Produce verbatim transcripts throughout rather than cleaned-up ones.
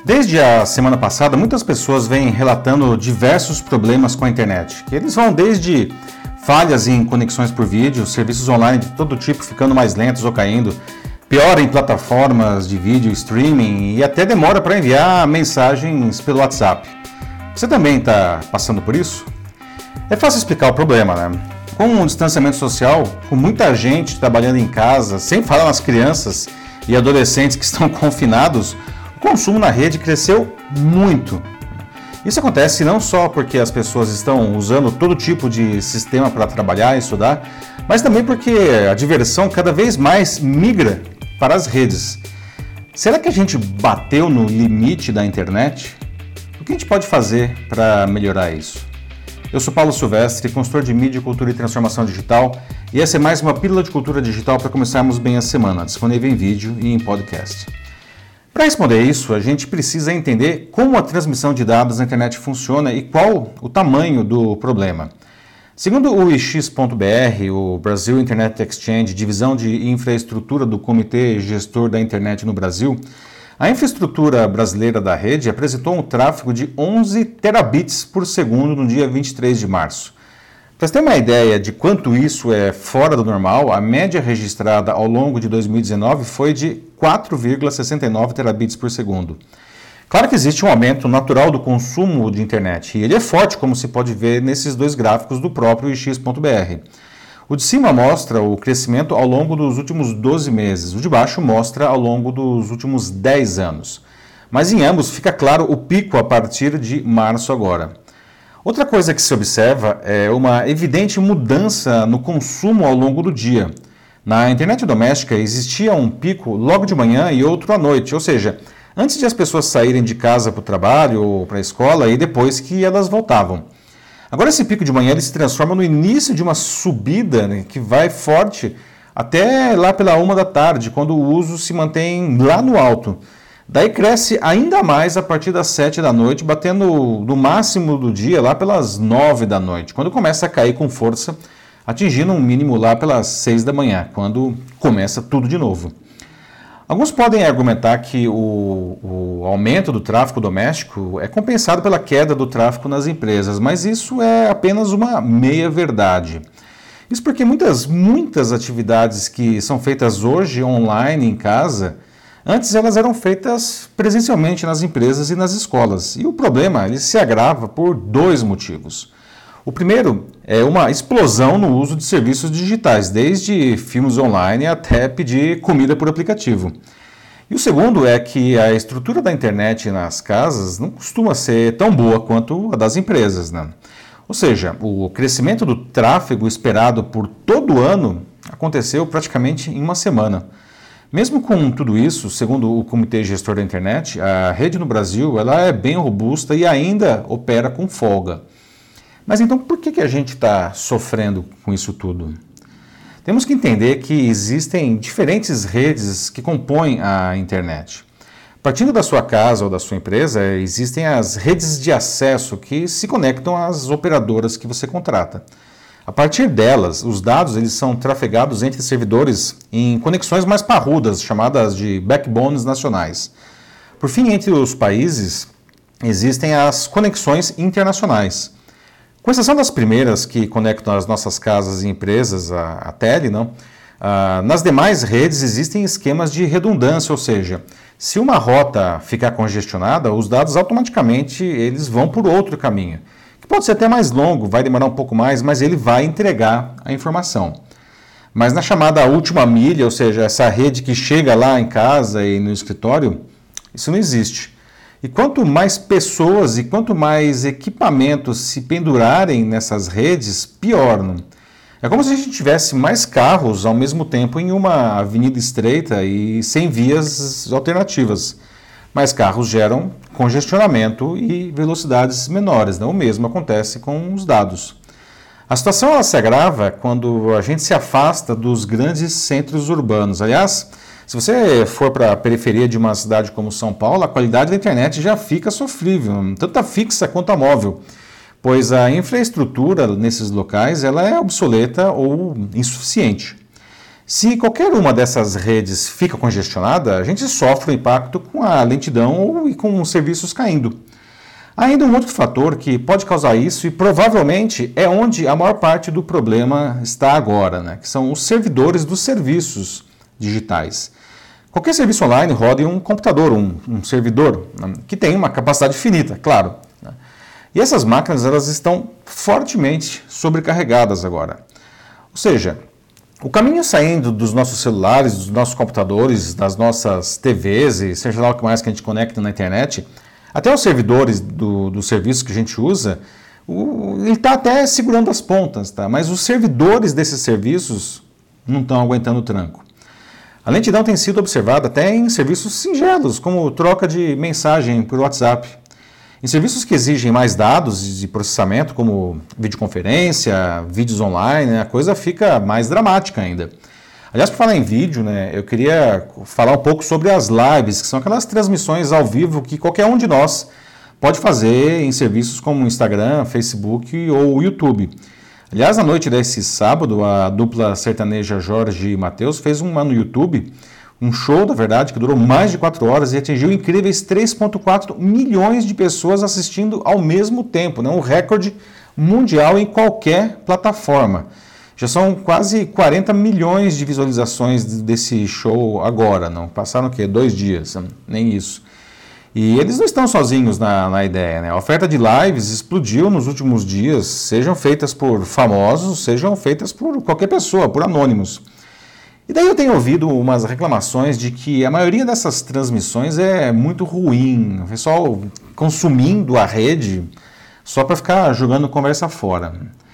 Desde a semana passada, muitas pessoas vêm relatando diversos problemas com a internet. Eles vão desde falhas em conexões por vídeo, serviços online de todo tipo ficando mais lentos ou caindo, piora em plataformas de vídeo streaming e até demora para enviar mensagens pelo WhatsApp. Você também está passando por isso? É fácil explicar o problema, né? Com um distanciamento social, com muita gente trabalhando em casa, sem falar nas crianças e adolescentes que estão confinados, o consumo na rede cresceu muito. Isso acontece não só porque as pessoas estão usando todo tipo de sistema para trabalhar e estudar, mas também porque a diversão cada vez mais migra para as redes. Será que a gente bateu no limite da internet? O que a gente pode fazer para melhorar isso? Eu sou Paulo Silvestre, consultor de mídia, cultura e transformação digital, e essa é mais uma pílula de cultura digital para começarmos bem a semana, disponível em vídeo e em podcast. Para responder isso, a gente precisa entender como a transmissão de dados na internet funciona e qual o tamanho do problema. Segundo o I X ponto B R, o Brasil Internet Exchange, divisão de infraestrutura do Comitê Gestor da Internet no Brasil, a infraestrutura brasileira da rede apresentou um tráfego de onze terabits por segundo no dia vinte e três de março. Para você ter uma ideia de quanto isso é fora do normal, a média registrada ao longo de dois mil e dezenove foi de quatro vírgula sessenta e nove terabits por segundo. Claro que existe um aumento natural do consumo de internet, e ele é forte, como se pode ver nesses dois gráficos do próprio I X ponto B R. O de cima mostra o crescimento ao longo dos últimos doze meses, o de baixo mostra ao longo dos últimos dez anos. Mas em ambos fica claro o pico a partir de março agora. Outra coisa que se observa é uma evidente mudança no consumo ao longo do dia. Na internet doméstica existia um pico logo de manhã e outro à noite, ou seja, antes de as pessoas saírem de casa para o trabalho ou para a escola e depois que elas voltavam. Agora esse pico de manhã ele se transforma no início de uma subida, né, que vai forte até lá pela uma da tarde, quando o uso se mantém lá no alto. Daí cresce ainda mais a partir das sete da noite, batendo no máximo do dia lá pelas nove da noite, quando começa a cair com força, atingindo um mínimo lá pelas seis da manhã, quando começa tudo de novo. Alguns podem argumentar que o, o aumento do tráfego doméstico é compensado pela queda do tráfego nas empresas, mas isso é apenas uma meia-verdade. Isso porque muitas, muitas atividades que são feitas hoje online, em casa, antes elas eram feitas presencialmente nas empresas e nas escolas. E o problema ele se agrava por dois motivos. O primeiro é uma explosão no uso de serviços digitais, desde filmes online até pedir comida por aplicativo. E o segundo é que a estrutura da internet nas casas não costuma ser tão boa quanto a das empresas, né? Ou seja, o crescimento do tráfego esperado por todo o ano aconteceu praticamente em uma semana. Mesmo com tudo isso, segundo o Comitê Gestor da Internet, a rede no Brasil ela é bem robusta e ainda opera com folga. Mas então por que, que a gente está sofrendo com isso tudo? Temos que entender que existem diferentes redes que compõem a internet. Partindo da sua casa ou da sua empresa, existem as redes de acesso que se conectam às operadoras que você contrata. A partir delas, os dados eles são trafegados entre servidores em conexões mais parrudas, chamadas de backbones nacionais. Por fim, entre os países, existem as conexões internacionais. Com exceção das primeiras, que conectam as nossas casas e empresas, a, a tele, não? Ah, nas demais redes existem esquemas de redundância, ou seja, se uma rota ficar congestionada, os dados automaticamente eles vão por outro caminho. Pode ser até mais longo, vai demorar um pouco mais, mas ele vai entregar a informação. Mas na chamada última milha, ou seja, essa rede que chega lá em casa e no escritório, isso não existe. E quanto mais pessoas e quanto mais equipamentos se pendurarem nessas redes, pior. Não? É como se a gente tivesse mais carros ao mesmo tempo em uma avenida estreita e sem vias alternativas. Mais carros geram congestionamento e velocidades menores. Não? O mesmo acontece com os dados. A situação ela se agrava quando a gente se afasta dos grandes centros urbanos. Aliás, se você for para a periferia de uma cidade como São Paulo, a qualidade da internet já fica sofrível, tanto a fixa quanto a móvel, pois a infraestrutura nesses locais ela é obsoleta ou insuficiente. Se qualquer uma dessas redes fica congestionada, a gente sofre o impacto com a lentidão e com os serviços caindo. Há ainda um outro fator que pode causar isso e provavelmente é onde a maior parte do problema está agora, né? Que são os servidores dos serviços digitais. Qualquer serviço online roda em um computador, um, um servidor, né? Que tem uma capacidade finita, claro. Né? E essas máquinas elas estão fortemente sobrecarregadas agora. Ou seja, o caminho saindo dos nossos celulares, dos nossos computadores, das nossas T Vs e seja lá o que mais que a gente conecta na internet, até os servidores do, do serviço que a gente usa, o, ele está até segurando as pontas, tá? Mas os servidores desses serviços não estão aguentando o tranco. A lentidão tem sido observada até em serviços singelos, como troca de mensagem por WhatsApp. Em serviços que exigem mais dados e processamento, como videoconferência, vídeos online, a coisa fica mais dramática ainda. Aliás, por falar em vídeo, né, eu queria falar um pouco sobre as lives, que são aquelas transmissões ao vivo que qualquer um de nós pode fazer em serviços como Instagram, Facebook ou YouTube. Aliás, na noite desse sábado, a dupla sertaneja Jorge e Mateus fez uma no YouTube, um show, na verdade, que durou mais de quatro horas e atingiu incríveis três vírgula quatro milhões de pessoas assistindo ao mesmo tempo, né? Um recorde mundial em qualquer plataforma. Já são quase quarenta milhões de visualizações desse show agora, não passaram o quê? Dois dias, nem isso. E eles não estão sozinhos na, na ideia, né? A oferta de lives explodiu nos últimos dias, sejam feitas por famosos, sejam feitas por qualquer pessoa, por anônimos. E daí eu tenho ouvido umas reclamações de que a maioria dessas transmissões é muito ruim, o pessoal consumindo a rede só para ficar jogando conversa fora.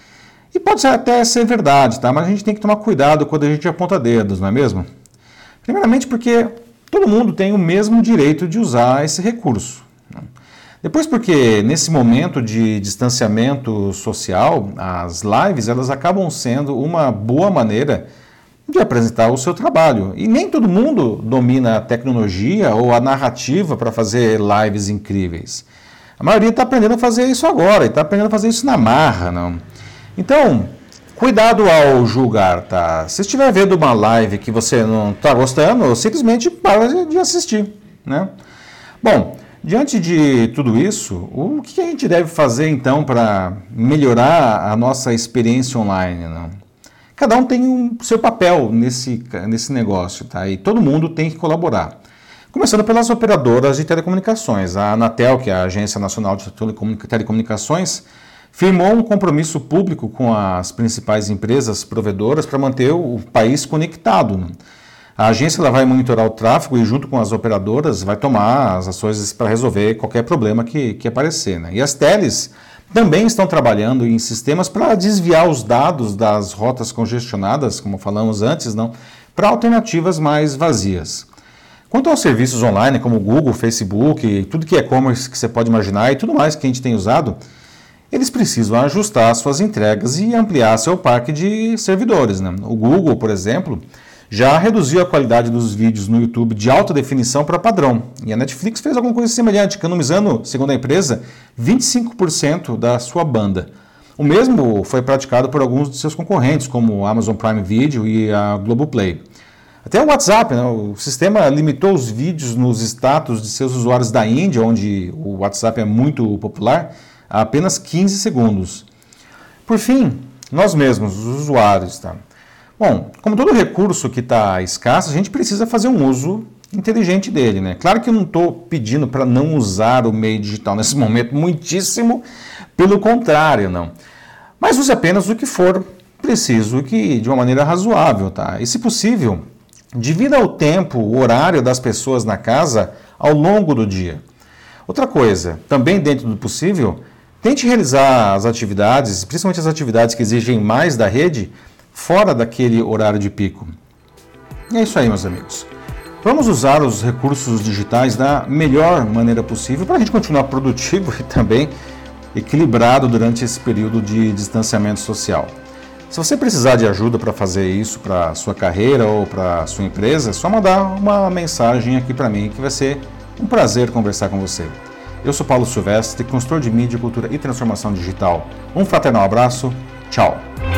E pode até ser verdade, tá? Mas a gente tem que tomar cuidado quando a gente aponta dedos, não é mesmo? Primeiramente porque todo mundo tem o mesmo direito de usar esse recurso. Depois porque nesse momento de distanciamento social, as lives elas acabam sendo uma boa maneira de apresentar o seu trabalho. E nem todo mundo domina a tecnologia ou a narrativa para fazer lives incríveis. A maioria está aprendendo a fazer isso agora, e está aprendendo a fazer isso na marra, não? Então, cuidado ao julgar, tá? Se estiver vendo uma live que você não está gostando, simplesmente para de assistir, né? Bom, diante de tudo isso, o que a gente deve fazer então para melhorar a nossa experiência online, não? Cada um tem um seu papel nesse, nesse negócio, tá? E todo mundo tem que colaborar. Começando pelas operadoras de telecomunicações. A Anatel, que é a Agência Nacional de Telecomunicações, firmou um compromisso público com as principais empresas provedoras para manter o país conectado. A agência ela vai monitorar o tráfego e, junto com as operadoras, vai tomar as ações para resolver qualquer problema que, que aparecer, né? E as teles também estão trabalhando em sistemas para desviar os dados das rotas congestionadas, como falamos antes, não, para alternativas mais vazias. Quanto aos serviços online, como Google, Facebook, tudo que é e-commerce que você pode imaginar e tudo mais que a gente tem usado, eles precisam ajustar suas entregas e ampliar seu parque de servidores, né? O Google, por exemplo, já reduziu a qualidade dos vídeos no YouTube de alta definição para padrão. E a Netflix fez alguma coisa semelhante, economizando, segundo a empresa, vinte e cinco por cento da sua banda. O mesmo foi praticado por alguns de seus concorrentes, como o Amazon Prime Video e a Globoplay. Até o WhatsApp, né? O sistema limitou os vídeos nos status de seus usuários da Índia, onde o WhatsApp é muito popular, a apenas quinze segundos. Por fim, nós mesmos, os usuários, tá? Bom, como todo recurso que está escasso, a gente precisa fazer um uso inteligente dele, né? Claro que eu não estou pedindo para não usar o meio digital nesse momento, muitíssimo pelo contrário, não. Mas use apenas o que for preciso e que de uma maneira razoável, tá? E se possível, divida o tempo, o horário das pessoas na casa ao longo do dia. Outra coisa, também dentro do possível, tente realizar as atividades, principalmente as atividades que exigem mais da rede, fora daquele horário de pico. E é isso aí, meus amigos. Vamos usar os recursos digitais da melhor maneira possível para a gente continuar produtivo e também equilibrado durante esse período de distanciamento social. Se você precisar de ajuda para fazer isso para a sua carreira ou para a sua empresa, é só mandar uma mensagem aqui para mim que vai ser um prazer conversar com você. Eu sou Paulo Silvestre, consultor de mídia, cultura e transformação digital. Um fraternal abraço, tchau!